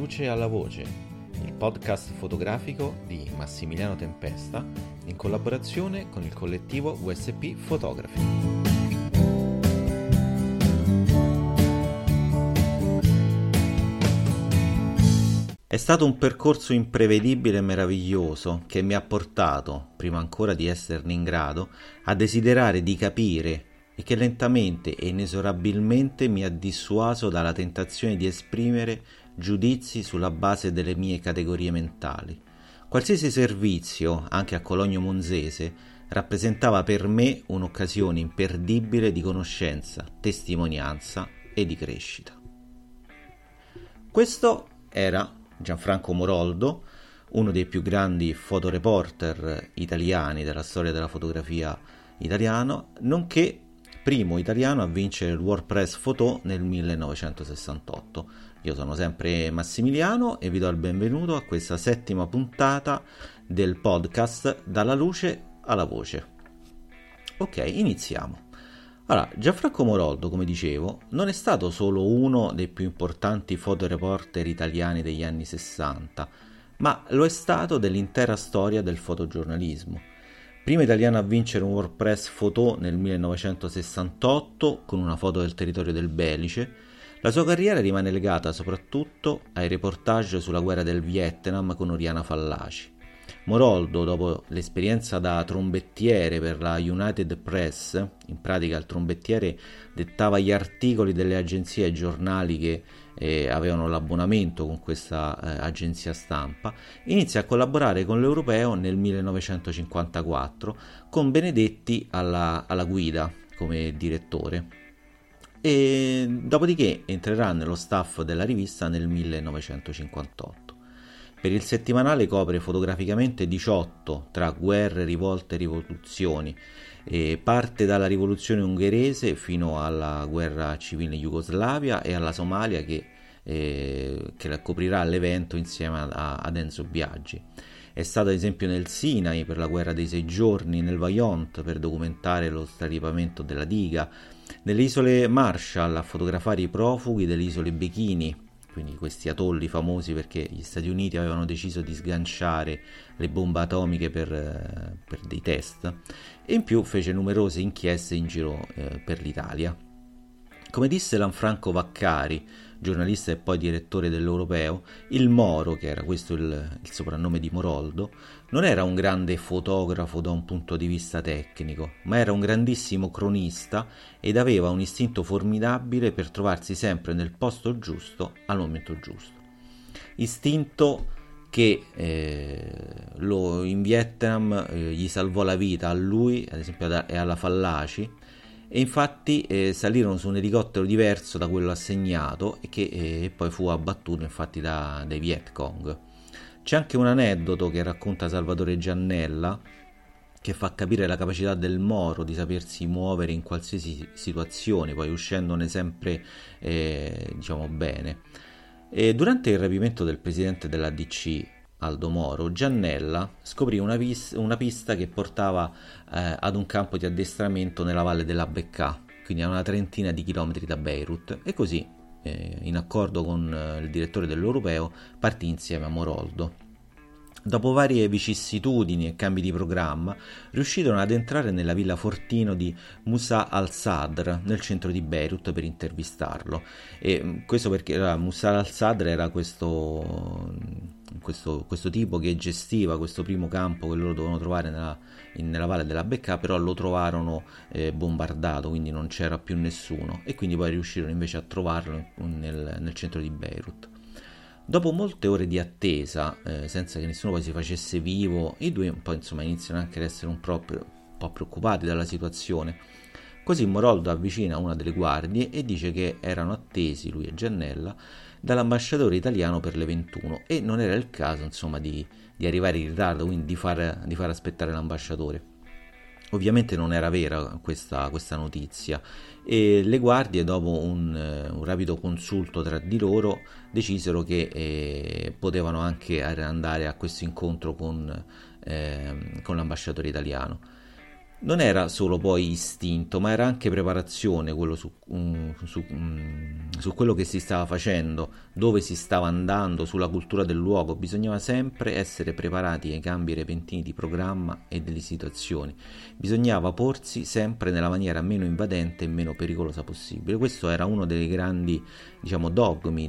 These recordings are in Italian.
luce e alla voce, il podcast fotografico di Massimiliano Tempesta in collaborazione con il collettivo USP Photography. È stato un percorso imprevedibile e meraviglioso che mi ha portato, prima ancora di esserne in grado, a desiderare di capire e che lentamente e inesorabilmente mi ha dissuaso dalla tentazione di esprimere giudizi sulla base delle mie categorie mentali. Qualsiasi servizio, anche a Cologno Monzese, rappresentava per me un'occasione imperdibile di conoscenza, testimonianza e di crescita. Questo era Gianfranco Moroldo, uno dei più grandi fotoreporter italiani della storia della fotografia italiana, nonché primo italiano a vincere il World Press Photo nel 1968. Io sono sempre Massimiliano e vi do il benvenuto a questa settima puntata del podcast Dalla luce alla voce. Ok, iniziamo. Allora, Gianfranco Moroldo, come dicevo, non è stato solo uno dei più importanti fotoreporter italiani degli anni 60, ma lo è stato dell'intera storia del fotogiornalismo. Primo italiano a vincere un World Press Photo nel 1968 con una foto del territorio del Belice, la sua carriera rimane legata soprattutto ai reportage sulla guerra del Vietnam con Oriana Fallaci. Moroldo, dopo l'esperienza da trombettiere per la United Press, in pratica il trombettiere dettava gli articoli delle agenzie ai giornali che avevano l'abbonamento con questa agenzia stampa, inizia a collaborare con l'Europeo nel 1954 con Benedetti alla guida come direttore e dopodiché entrerà nello staff della rivista nel 1958. Per il settimanale copre fotograficamente 18 tra guerre, rivolte e rivoluzioni, e parte dalla rivoluzione ungherese fino alla guerra civile in Jugoslavia e alla Somalia che coprirà l'evento insieme ad Enzo Biaggi. È stato ad esempio nel Sinai per la guerra dei 6 giorni, nel Vajont per documentare lo straripamento della diga, nelle isole Marshall a fotografare i profughi delle isole Bikini, quindi questi atolli famosi perché gli Stati Uniti avevano deciso di sganciare le bombe atomiche per dei test, e in più fece numerose inchieste in giro per l'Italia. Come disse Lanfranco Vaccari, giornalista e poi direttore dell'Europeo, il Moro, che era questo il soprannome di Moroldo, non era un grande fotografo da un punto di vista tecnico, ma era un grandissimo cronista ed aveva un istinto formidabile per trovarsi sempre nel posto giusto al momento giusto. Istinto che in Vietnam gli salvò la vita a lui, ad esempio, e alla Fallaci, e infatti salirono su un elicottero diverso da quello assegnato e che poi fu abbattuto infatti dai Viet Cong. C'è anche un aneddoto che racconta Salvatore Giannella che fa capire la capacità del Moro di sapersi muovere in qualsiasi situazione, poi uscendone sempre bene. E durante il rapimento del presidente della DC Aldo Moro, Giannella scoprì una pista che portava ad un campo di addestramento nella valle della Bekaa, quindi a una trentina di chilometri da Beirut, e così, in accordo con il direttore dell'Europeo, partì insieme a Moroldo. Dopo varie vicissitudini e cambi di programma, riuscirono ad entrare nella villa Fortino di Moussa al-Sadr, nel centro di Beirut, per intervistarlo. E questo perché Moussa al-Sadr era questo tipo che gestiva questo primo campo che loro dovevano trovare nella valle della Bekaa, però lo trovarono bombardato, quindi non c'era più nessuno, e quindi poi riuscirono invece a trovarlo nel centro di Beirut. Dopo molte ore di attesa, senza che nessuno poi si facesse vivo, i due un po' iniziano anche ad essere un po' preoccupati dalla situazione. Così Moroldo avvicina una delle guardie e dice che erano attesi, lui e Giannella, dall'ambasciatore italiano per le 21 e non era il caso di arrivare in ritardo, quindi di far aspettare l'ambasciatore. Ovviamente non era vera questa notizia e le guardie, dopo un rapido consulto tra di loro, decisero che potevano anche andare a questo incontro con l'ambasciatore italiano. non era solo poi istinto, ma era anche preparazione quello su quello che si stava facendo, dove si stava andando, sulla cultura del luogo. Bisognava sempre essere preparati ai cambi repentini di programma e delle situazioni. Bisognava porsi sempre nella maniera meno invadente e meno pericolosa possibile. Questo era uno dei grandi, diciamo, dogmi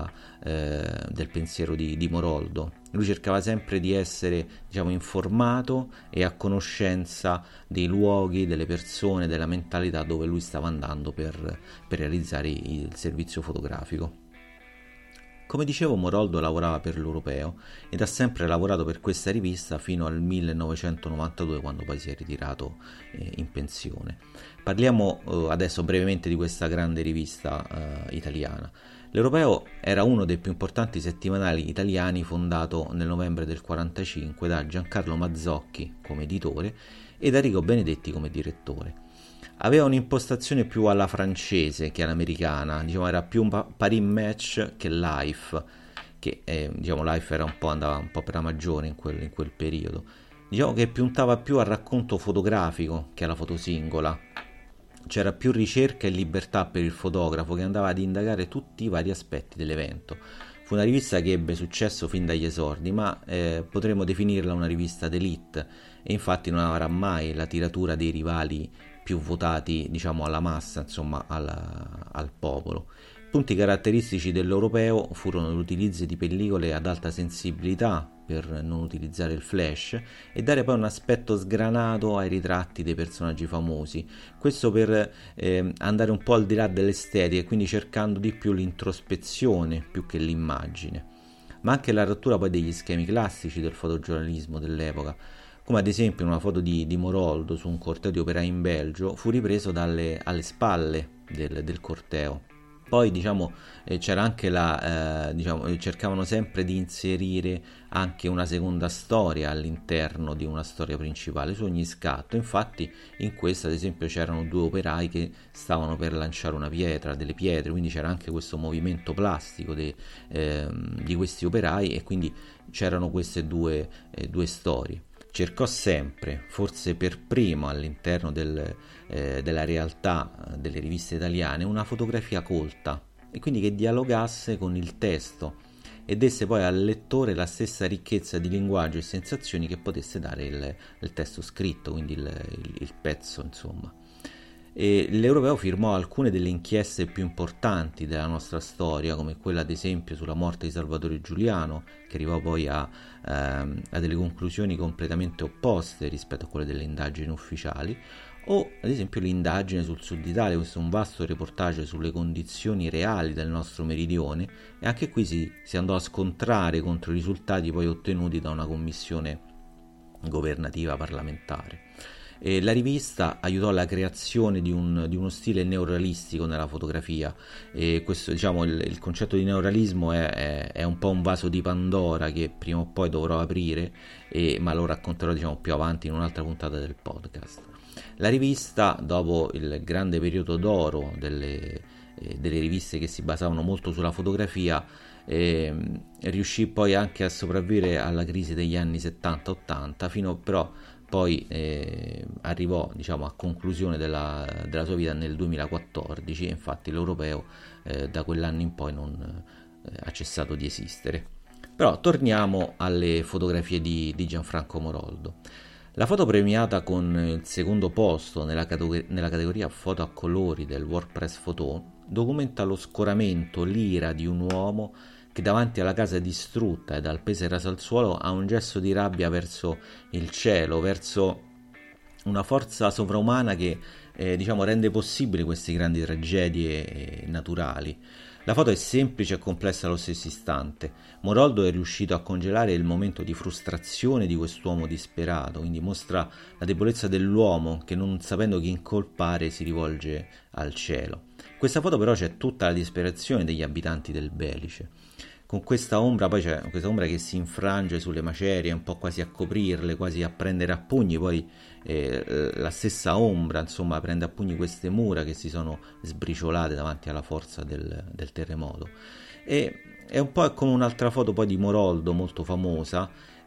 del pensiero di Moroldo. Lui cercava sempre di essere, diciamo, informato e a conoscenza dei luoghi, delle persone, della mentalità dove lui stava andando per realizzare il servizio fotografico. Come dicevo, Moroldo lavorava per l'Europeo ed ha sempre lavorato per questa rivista fino al 1992, quando poi si è ritirato in pensione. Parliamo adesso brevemente di questa grande rivista italiana. L'Europeo era uno dei più importanti settimanali italiani, fondato nel novembre del 1945 da Giancarlo Mazzocchi come editore e da Rigo Benedetti come direttore. Aveva un'impostazione più alla francese che all'americana, diciamo era più un pari match che Life, che diciamo Life era andava un po' per la maggiore in quel periodo. Diciamo che puntava più al racconto fotografico che alla foto singola. C'era più ricerca e libertà per il fotografo, che andava ad indagare tutti i vari aspetti dell'evento. Fu una rivista che ebbe successo fin dagli esordi, ma potremmo definirla una rivista d'élite, e infatti non avrà mai la tiratura dei rivali più votati, diciamo, alla massa, insomma al popolo. Punti caratteristici dell'Europeo furono l'utilizzo di pellicole ad alta sensibilità per non utilizzare il flash e dare poi un aspetto sgranato ai ritratti dei personaggi famosi, questo per andare un po' al di là dell'estetica e quindi cercando di più l'introspezione più che l'immagine, ma anche la rottura poi degli schemi classici del fotogiornalismo dell'epoca, come ad esempio una foto di Moroldo su un corteo di operai in Belgio fu ripreso alle spalle del corteo. Poi diciamo c'era anche diciamo, cercavano sempre di inserire anche una seconda storia all'interno di una storia principale su ogni scatto. Infatti in questa ad esempio c'erano due operai che stavano per lanciare delle pietre, quindi c'era anche questo movimento plastico di questi operai e quindi c'erano queste due storie. Cercò sempre, forse per primo all'interno della realtà delle riviste italiane, una fotografia colta e quindi che dialogasse con il testo e desse poi al lettore la stessa ricchezza di linguaggio e sensazioni che potesse dare il testo scritto, quindi il pezzo, insomma. E l'Europeo firmò alcune delle inchieste più importanti della nostra storia, come quella ad esempio sulla morte di Salvatore Giuliano, che arrivò poi a delle conclusioni completamente opposte rispetto a quelle delle indagini ufficiali, o ad esempio l'indagine sul Sud Italia. Questo è un vasto reportage sulle condizioni reali del nostro meridione, e anche qui si andò a scontrare contro i risultati poi ottenuti da una commissione governativa parlamentare. La rivista aiutò alla creazione di uno stile neorealistico nella fotografia, e questo, diciamo, il concetto di neorealismo è un po' un vaso di Pandora che prima o poi dovrò aprire, ma lo racconterò, diciamo, più avanti in un'altra puntata del podcast. La rivista, dopo il grande periodo d'oro delle riviste che si basavano molto sulla fotografia, riuscì poi anche a sopravvivere alla crisi degli anni 70-80, fino però poi arrivò, diciamo, a conclusione della sua vita nel 2014, e infatti l'Europeo da quell'anno in poi non ha cessato di esistere. Però torniamo alle fotografie di Gianfranco Moroldo. La foto premiata con il secondo posto nella categoria foto a colori del WordPress Photo documenta lo scoramento, l'ira di un uomo che davanti alla casa distrutta e dal peso raso al suolo ha un gesto di rabbia verso il cielo, verso una forza sovraumana che diciamo rende possibili queste grandi tragedie naturali. La foto è semplice e complessa allo stesso istante. Moroldo è riuscito a congelare il momento di frustrazione di quest'uomo disperato, quindi mostra la debolezza dell'uomo che, non sapendo chi incolpare, si rivolge al cielo. In questa foto però c'è tutta la disperazione degli abitanti del Belice. Con questa ombra, poi c'è questa ombra che si infrange sulle macerie, un po' quasi a coprirle, quasi a prendere a pugni, poi la stessa ombra, insomma, prende a pugni queste mura che si sono sbriciolate davanti alla forza del terremoto. E è un po' come un'altra foto poi di Moroldo molto famosa,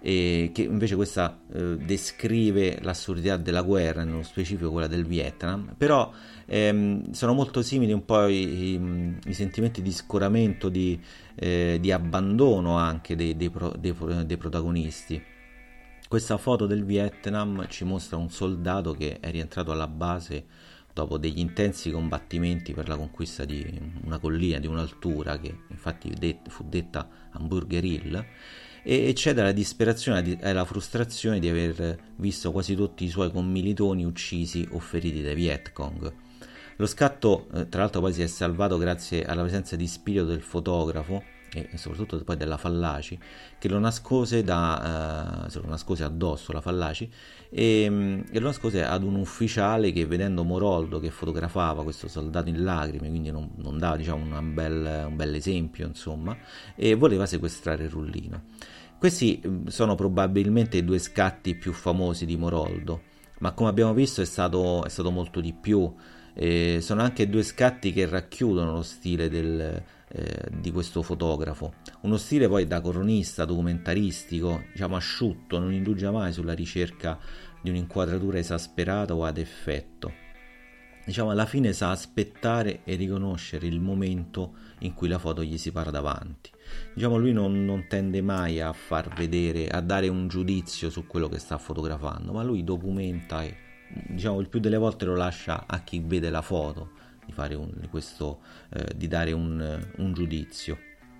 e che invece questa descrive l'assurdità della guerra, nello specifico quella del Vietnam, però sono molto simili un po' i sentimenti di scoramento, di abbandono anche dei protagonisti. Questa foto del Vietnam ci mostra un soldato che è rientrato alla base dopo degli intensi combattimenti per la conquista di una collina di un'altura che infatti fu detta Hamburger Hill, e cede alla disperazione e alla frustrazione di aver visto quasi tutti i suoi commilitoni uccisi o feriti dai Viet Cong. Lo scatto, tra l'altro, poi si è salvato grazie alla presenza di spirito del fotografo e soprattutto poi della Fallaci, che lo nascose se lo nascose addosso la Fallaci e lo nascose ad un ufficiale che, vedendo Moroldo che fotografava questo soldato in lacrime, quindi non dava, diciamo, un bel esempio, insomma, e voleva sequestrare il rullino. Questi sono probabilmente i due scatti più famosi di Moroldo, ma come abbiamo visto è stato molto di più. Sono anche due scatti che racchiudono lo stile di questo fotografo, uno stile poi da cronista documentaristico, diciamo asciutto, non indugia mai sulla ricerca di un'inquadratura esasperata o ad effetto. Diciamo, alla fine sa aspettare e riconoscere il momento in cui la foto gli si para davanti. Diciamo, lui non tende mai a far vedere, a dare un giudizio su quello che sta fotografando, ma lui documenta e, diciamo, il più delle volte lo lascia a chi vede la foto di fare di dare un giudizio.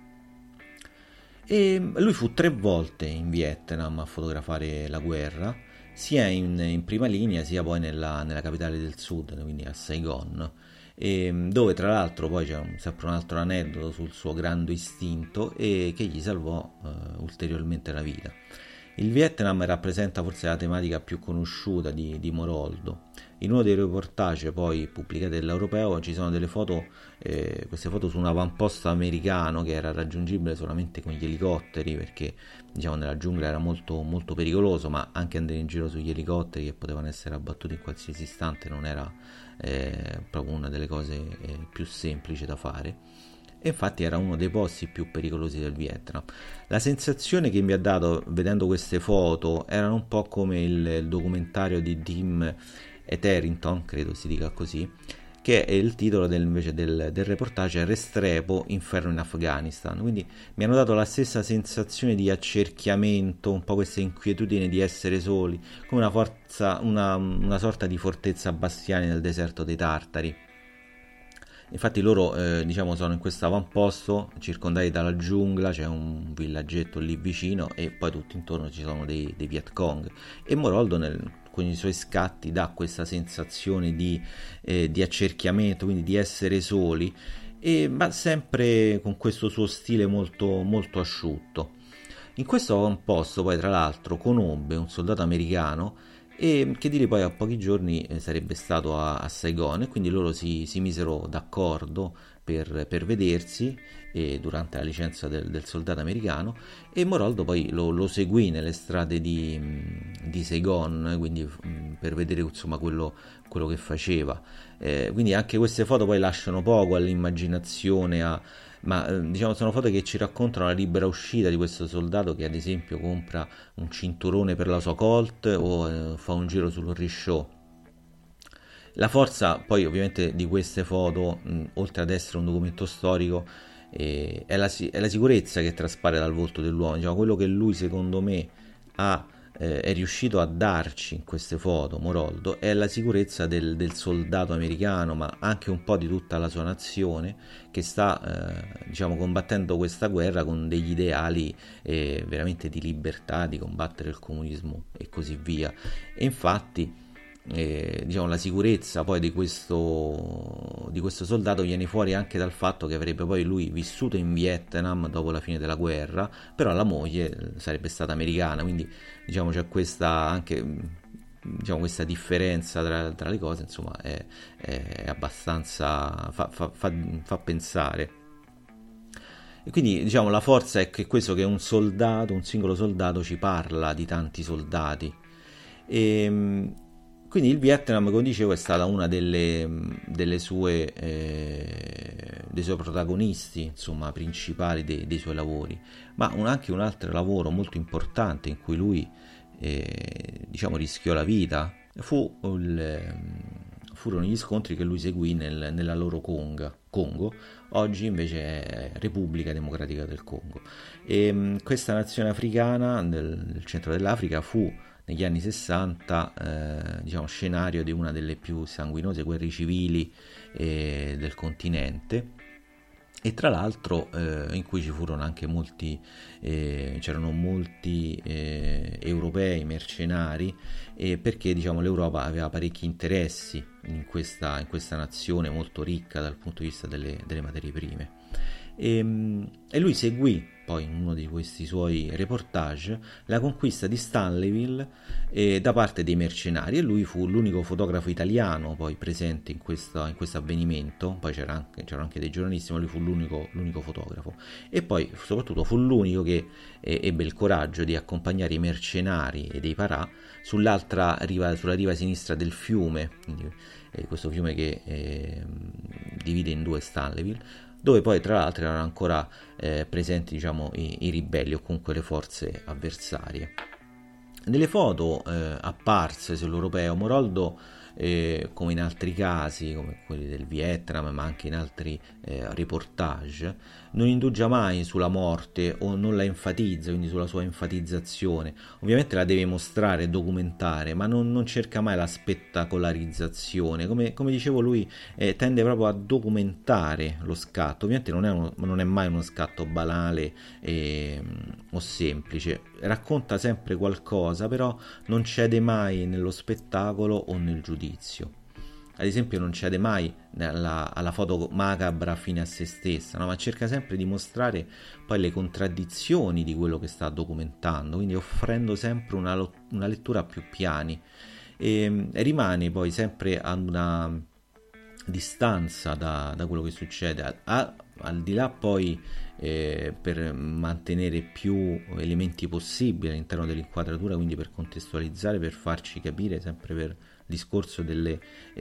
E lui fu 3 volte in Vietnam a fotografare la guerra, sia in prima linea sia poi nella capitale del sud, quindi a Saigon, dove tra l'altro poi c'è sempre un altro aneddoto sul suo grande istinto e che gli salvò ulteriormente la vita. Il Vietnam rappresenta forse la tematica più conosciuta di Moroldo. In uno dei reportage poi pubblicati dall'Europeo ci sono delle foto, queste foto su un avamposto americano che era raggiungibile solamente con gli elicotteri, perché, diciamo, nella giungla era molto, molto pericoloso, ma anche andare in giro sugli elicotteri, che potevano essere abbattuti in qualsiasi istante, non era proprio una delle cose più semplici da fare. E infatti era uno dei posti più pericolosi del Vietnam. La sensazione che mi ha dato vedendo queste foto erano un po' come il documentario di Tim Etherington, credo si dica così, che è il titolo invece del reportage, Restrepo, Inferno in Afghanistan. Quindi mi hanno dato la stessa sensazione di accerchiamento, un po' questa inquietudine di essere soli, come una sorta di fortezza Bastiani nel deserto dei Tartari. Infatti loro diciamo sono in questo avamposto circondati dalla giungla, c'è un villaggetto lì vicino e poi tutto intorno ci sono dei Viet Cong, e Moroldo con i suoi scatti dà questa sensazione di accerchiamento, quindi di essere soli, ma sempre con questo suo stile molto, molto asciutto. In questo avamposto poi tra l'altro conobbe un soldato americano e che dire poi a pochi giorni sarebbe stato a Saigon, e quindi loro si misero d'accordo per vedersi durante la licenza del soldato americano, e Moroldo poi lo seguì nelle strade di Saigon, quindi per vedere, insomma, quello che faceva. Quindi anche queste foto poi lasciano poco all'immaginazione, ma diciamo sono foto che ci raccontano la libera uscita di questo soldato che ad esempio compra un cinturone per la sua Colt o fa un giro sul Risciò. La forza poi ovviamente di queste foto, oltre ad essere un documento storico, è la sicurezza che traspare dal volto dell'uomo. Diciamo, quello che lui secondo me è riuscito a darci in queste foto, Moroldo, è la sicurezza del soldato americano, ma anche un po' di tutta la sua nazione che sta diciamo combattendo questa guerra con degli ideali veramente di libertà, di combattere il comunismo e così via. E infatti diciamo la sicurezza poi di questo soldato viene fuori anche dal fatto che avrebbe poi lui vissuto in Vietnam dopo la fine della guerra, però la moglie sarebbe stata americana, quindi diciamo c'è questa anche, diciamo, questa differenza tra le cose, insomma è abbastanza fa pensare. E quindi diciamo la forza è che questo, che un singolo soldato ci parla di tanti soldati. Quindi il Vietnam, come dicevo, è stata una dei suoi protagonisti, insomma, principali dei suoi lavori, ma anche un altro lavoro molto importante in cui lui, diciamo, rischiò la vita, furono gli scontri che lui seguì nella loro Congo, oggi invece è Repubblica Democratica del Congo. Questa nazione africana nel centro dell'Africa fu negli anni 60 diciamo, scenario di una delle più sanguinose guerre civili del continente, e tra l'altro in cui ci furono anche c'erano molti europei mercenari, perché diciamo, l'Europa aveva parecchi interessi in questa nazione molto ricca dal punto di vista delle materie prime. E lui seguì poi in uno di questi suoi reportage la conquista di Stanleyville da parte dei mercenari, e lui fu l'unico fotografo italiano poi presente in questo avvenimento. Poi c'erano anche dei giornalisti, ma lui fu l'unico fotografo, e poi soprattutto fu l'unico che ebbe il coraggio di accompagnare i mercenari e dei parà sulla riva sinistra del fiume, quindi, questo fiume che divide in due Stanleyville, dove poi tra l'altro erano ancora presenti, diciamo, i ribelli o comunque le forze avversarie. Nelle foto apparse sull'Europeo, Moroldo, come in altri casi, come quelli del Vietnam, ma anche in altri reportage, non indugia mai sulla morte o non la enfatizza, quindi sulla sua enfatizzazione. Ovviamente la deve mostrare e documentare, ma non cerca mai la spettacolarizzazione. Come dicevo, lui tende proprio a documentare lo scatto. Ovviamente non è mai uno scatto banale o semplice, racconta sempre qualcosa, però non cede mai nello spettacolo o nel giudizio. Ad esempio non cede mai alla foto macabra fine a se stessa, no? Ma cerca sempre di mostrare poi le contraddizioni di quello che sta documentando, quindi offrendo sempre una lettura a più piani, e rimane poi sempre a una distanza da quello che succede, al di là poi per mantenere più elementi possibili all'interno dell'inquadratura, quindi per contestualizzare, per farci capire, sempre per discorso delle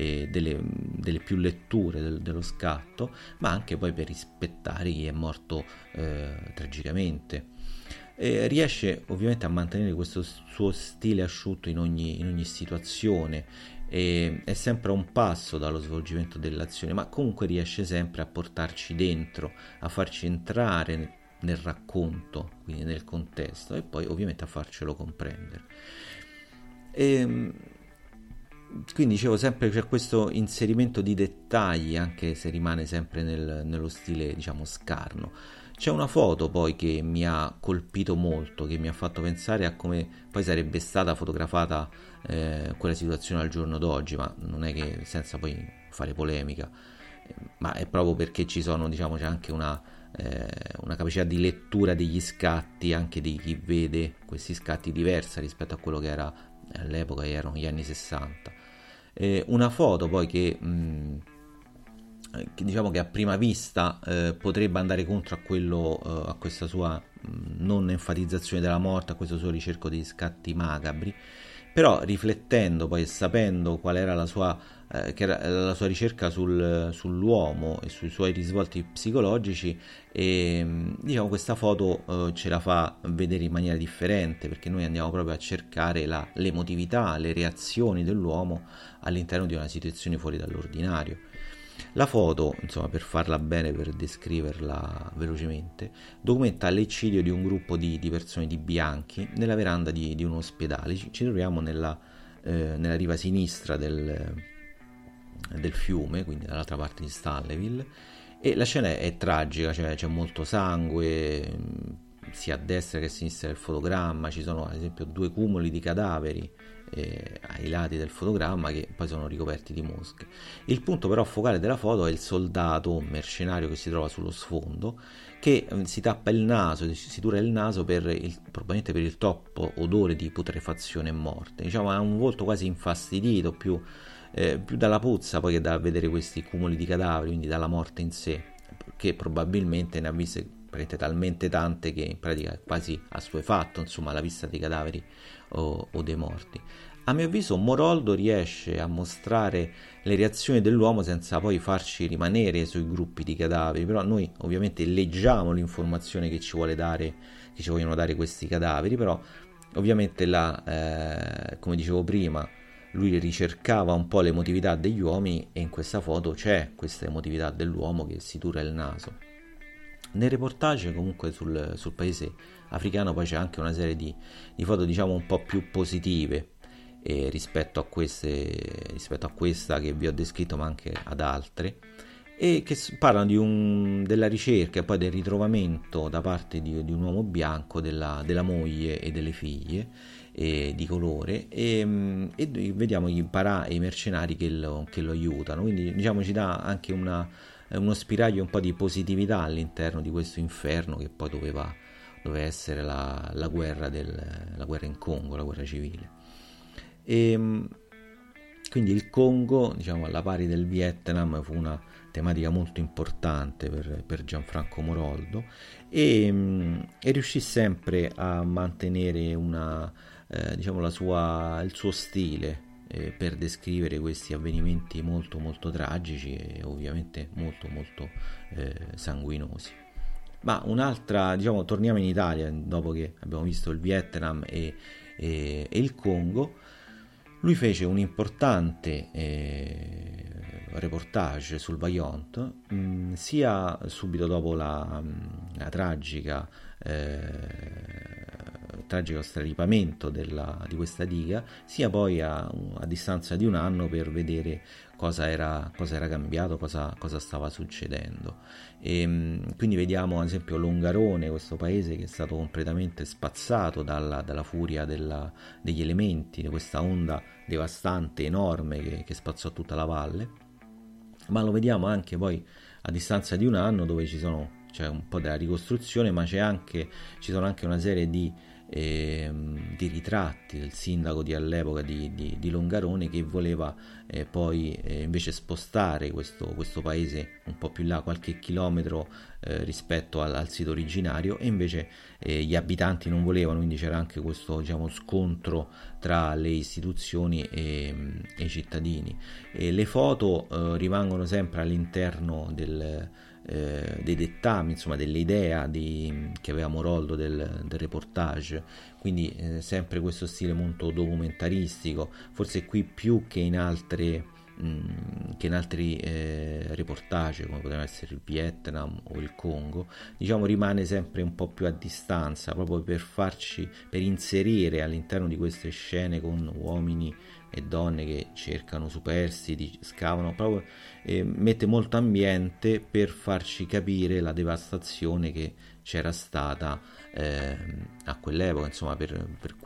più letture dello scatto, ma anche poi per rispettare chi è morto tragicamente. Riesce ovviamente a mantenere questo suo stile asciutto in ogni situazione, e è sempre a un passo dallo svolgimento dell'azione, ma comunque riesce sempre a portarci dentro, a farci entrare nel racconto, quindi nel contesto, e poi ovviamente a farcelo comprendere. Quindi dicevo, sempre c'è questo inserimento di dettagli, anche se rimane sempre nello stile, diciamo, scarno. C'è una foto poi che mi ha colpito molto, che mi ha fatto pensare a come poi sarebbe stata fotografata quella situazione al giorno d'oggi, ma non è che senza poi fare polemica, ma è proprio perché ci sono, diciamo, c'è anche una capacità di lettura degli scatti, anche di chi vede questi scatti, diversa rispetto a quello che era all'epoca, che erano gli anni 60. Una foto poi che diciamo che a prima vista potrebbe andare contro a questa sua non enfatizzazione della morte, a questo suo ricerco dei scatti macabri, però riflettendo poi e sapendo qual era che era la sua ricerca sull'uomo e sui suoi risvolti psicologici, diciamo, questa foto ce la fa vedere in maniera differente, perché noi andiamo proprio a cercare l'emotività, le reazioni dell'uomo all'interno di una situazione fuori dall'ordinario. La foto, insomma, per farla bene, per descriverla velocemente, documenta l'eccidio di un gruppo di persone, di bianchi, nella veranda di un ospedale. Ci troviamo nella riva sinistra del fiume, quindi dall'altra parte di Stanleyville, e la scena è tragica, cioè c'è molto sangue, sia a destra che a sinistra del fotogramma. Ci sono ad esempio 2 cumuli di cadaveri ai lati del fotogramma, che poi sono ricoperti di mosche. Il punto però focale della foto è il soldato, un mercenario che si trova sullo sfondo, che si tappa il naso, si tura il naso probabilmente per il troppo odore di putrefazione e morte. Diciamo, ha un volto quasi infastidito, più dalla puzza poi che da vedere questi cumuli di cadaveri, quindi dalla morte in sé, che probabilmente ne ha viste talmente tante che in pratica è quasi assuefatto, insomma, alla vista dei cadaveri o dei morti. A mio avviso Moroldo riesce a mostrare le reazioni dell'uomo senza poi farci rimanere sui gruppi di cadaveri, però noi ovviamente leggiamo l'informazione che ci vuole dare, che ci vogliono dare questi cadaveri, però ovviamente come dicevo prima, lui ricercava un po' l'emotività degli uomini e in questa foto c'è questa emotività dell'uomo che si tura il naso. Nel reportage comunque sul paese africano poi c'è anche una serie di foto diciamo un po' più positive rispetto a questa che vi ho descritto ma anche ad altre e che parlano della ricerca e poi del ritrovamento da parte di un uomo bianco della moglie e delle figlie di colore e vediamo i parà e i mercenari che lo aiutano, quindi diciamo ci dà anche uno spiraglio un po' di positività all'interno di questo inferno che poi doveva essere la guerra in Congo, la guerra civile. Quindi il Congo, diciamo alla pari del Vietnam, fu una tematica molto importante per Gianfranco Moroldo e riuscì sempre a mantenere diciamo il suo stile per descrivere questi avvenimenti molto molto tragici e ovviamente molto molto sanguinosi. Ma un'altra, diciamo, torniamo in Italia dopo che abbiamo visto il Vietnam e il Congo. Lui fece un importante reportage sul Vajont, sia subito dopo la tragico straripamento di questa diga, sia poi a distanza di un anno per vedere cosa era cambiato, cosa stava succedendo. Quindi vediamo ad esempio Longarone, questo paese che è stato completamente spazzato dalla furia degli elementi, di questa onda devastante, enorme che spazzò tutta la valle, ma lo vediamo anche poi a distanza di un anno dove c'è un po' della ricostruzione, ma ci sono anche una serie di ritratti del sindaco all'epoca di Longarone che voleva poi invece spostare questo paese un po' più là, qualche chilometro rispetto al sito originario, e invece gli abitanti non volevano, quindi c'era anche questo, diciamo, scontro tra le istituzioni e i cittadini. Le foto rimangono sempre all'interno dei dettami, insomma dell'idea che aveva Moroldo del reportage, quindi sempre questo stile molto documentaristico, forse qui più che in altri reportage come poteva essere il Vietnam o il Congo, diciamo rimane sempre un po' più a distanza, proprio per inserire all'interno di queste scene con uomini e donne che cercano superstiti, scavano, proprio mette molto ambiente per farci capire la devastazione che c'era stata a quell'epoca, insomma, per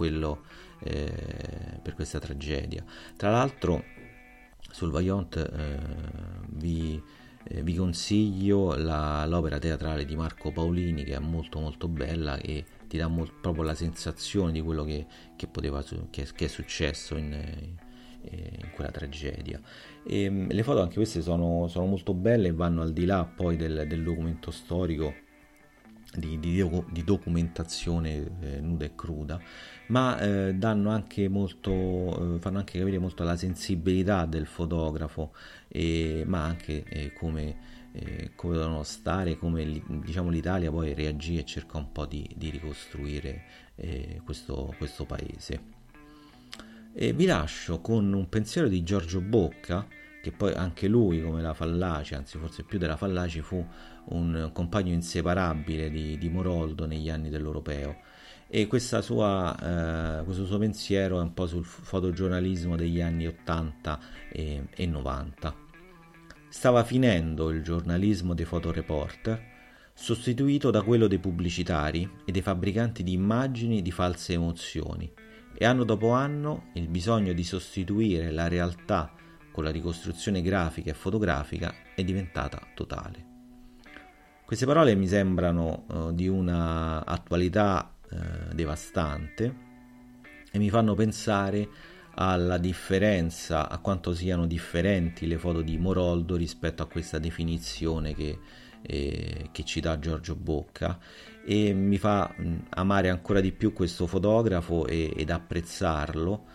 questa tragedia. Tra l'altro sul Vajont vi consiglio l'opera teatrale di Marco Paolini, che è molto molto bella e ti dà proprio la sensazione di quello che è successo in quella tragedia. Le foto anche queste sono molto belle e vanno al di là poi del documento storico di documentazione nuda e cruda, ma danno anche fanno anche capire molto la sensibilità del fotografo, ma anche come devono stare, come diciamo l'Italia poi reagì e cerca un po' di ricostruire questo paese. Vi lascio con un pensiero di Giorgio Bocca, che poi anche lui, come la Fallaci, anzi forse più della Fallaci, fu un compagno inseparabile di Moroldo negli anni dell'Europeo, e questo suo pensiero è un po' sul fotogiornalismo degli anni 80 e 90. Stava finendo il giornalismo dei fotoreporter, sostituito da quello dei pubblicitari e dei fabbricanti di immagini di false emozioni, e anno dopo anno il bisogno di sostituire la realtà con la ricostruzione grafica e fotografica è diventata totale. Queste parole mi sembrano di una attualità devastante e mi fanno pensare alla differenza, a quanto siano differenti le foto di Moroldo rispetto a questa definizione che ci dà Giorgio Bocca, e mi fa amare ancora di più questo fotografo ed apprezzarlo,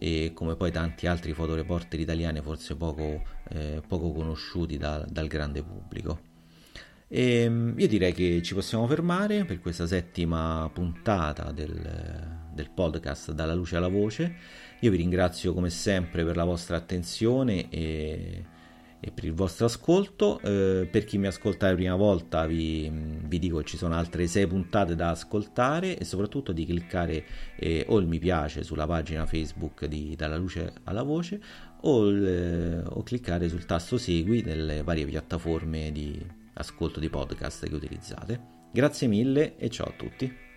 e come poi tanti altri fotoreporter italiani forse poco conosciuti dal grande pubblico. Io direi che ci possiamo fermare per questa settima puntata del podcast Dalla luce alla voce. Io vi ringrazio come sempre per la vostra attenzione e per il vostro ascolto. Per chi mi ascolta la prima volta vi dico che ci sono altre 6 puntate da ascoltare e soprattutto di cliccare o il mi piace sulla pagina Facebook di Dalla luce alla voce o cliccare sul tasto segui nelle varie piattaforme di ascolto di podcast che utilizzate. Grazie mille e ciao a tutti.